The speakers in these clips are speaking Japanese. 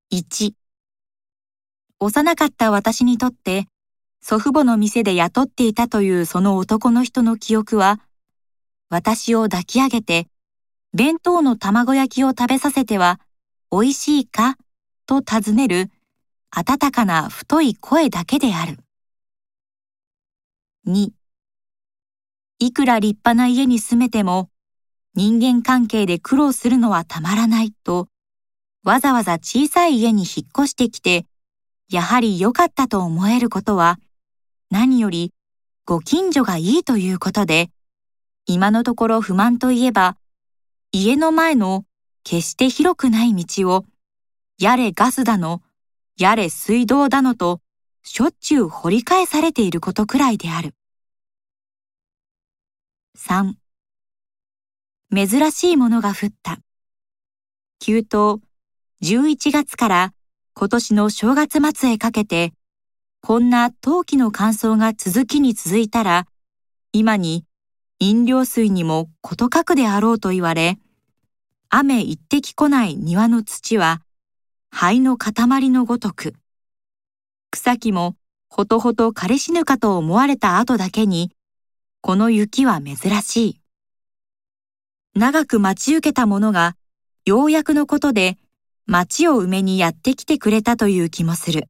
1、幼かった私にとって、祖父母の店で雇っていたというその男の人の記憶は、私を抱き上げて、弁当の卵焼きを食べさせては、おいしいかと尋ねる、温かな太い声だけである。2、いくら立派な家に住めても、人間関係で苦労するのはたまらないと、わざわざ小さい家に引っ越してきて、やはり良かったと思えることは、何よりご近所がいいということで、今のところ不満といえば、家の前の決して広くない道を、やれガスだの、やれ水道だのと、しょっちゅう掘り返されていることくらいである。3、珍しいものが降った。急騰、11月から今年の正月末へかけて、こんな冬季の乾燥が続きに続いたら、今に飲料水にも事欠くであろうと言われ、雨一滴来ない庭の土は、灰の塊のごとく、草木もほとほと枯れ死ぬかと思われた後だけに、この雪は珍しい。長く待ち受けたものが、ようやくのことで、町を埋めにやってきてくれたという気もする。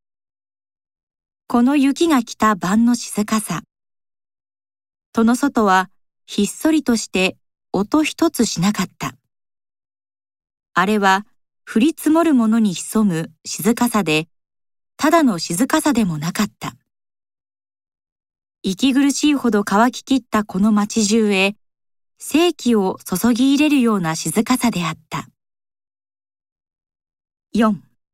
この雪が来た晩の静かさ。戸の外はひっそりとして音一つしなかった。あれは降り積もるものに潜む静かさで、ただの静かさでもなかった。息苦しいほど乾ききったこの街中へ、生気を注ぎ入れるような静かさであった。4、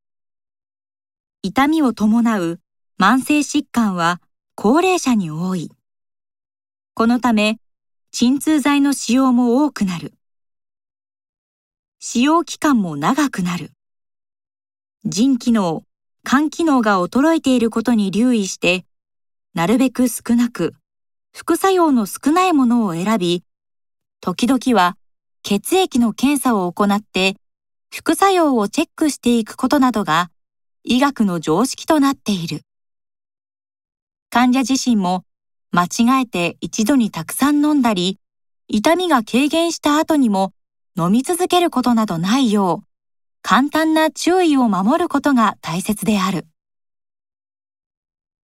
痛みを伴う慢性疾患は高齢者に多い。このため、鎮痛剤の使用も多くなる。使用期間も長くなる。腎機能、肝機能が衰えていることに留意して、なるべく少なく、副作用の少ないものを選び、時々は血液の検査を行って、副作用をチェックしていくことなどが医学の常識となっている。患者自身も間違えて一度にたくさん飲んだり、痛みが軽減した後にも飲み続けることなどないよう、簡単な注意を守ることが大切である。